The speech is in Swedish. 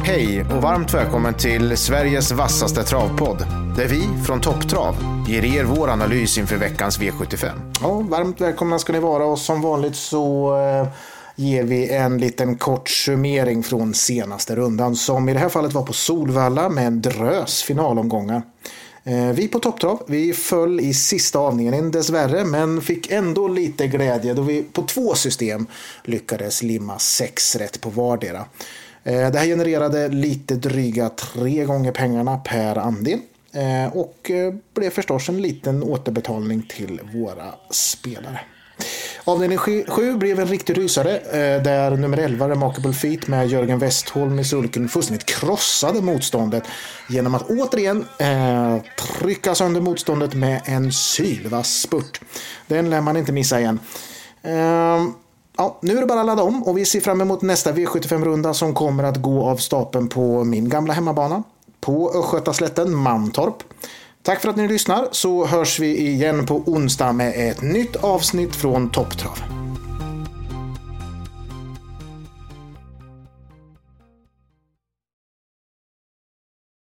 Hej och varmt välkommen till Sveriges vassaste travpodd, där vi från Topptrav ger er vår analys inför veckans V75. Ja, varmt välkomna ska ni vara, och som vanligt så ger vi en liten kort summering från senaste rundan, som i det här fallet var på Solvalla med en drös finalomgångar. Vi på Topptrav, vi föll i sista avningen dessvärre, men fick ändå lite glädje då vi på 2 system lyckades limma 6 rätt på vardera. Det här genererade lite dryga 3 gånger pengarna per andel och blev förstås en liten återbetalning till våra spelare. Avdelning 7 blev en riktig rysare där nummer 11 Remarkable Feat med Jörgen Westholm i sulken fullständigt krossade motståndet genom att återigen trycka sönder motståndet med en sylvass spurt. Den lär man inte missa igen. Ja, nu är det bara att ladda om, och vi ser fram emot nästa V75-runda som kommer att gå av stapeln på min gamla hemmabana på Östgötaslätten, Mantorp. Tack för att ni lyssnar, så hörs vi igen på onsdag med ett nytt avsnitt från Topptrav.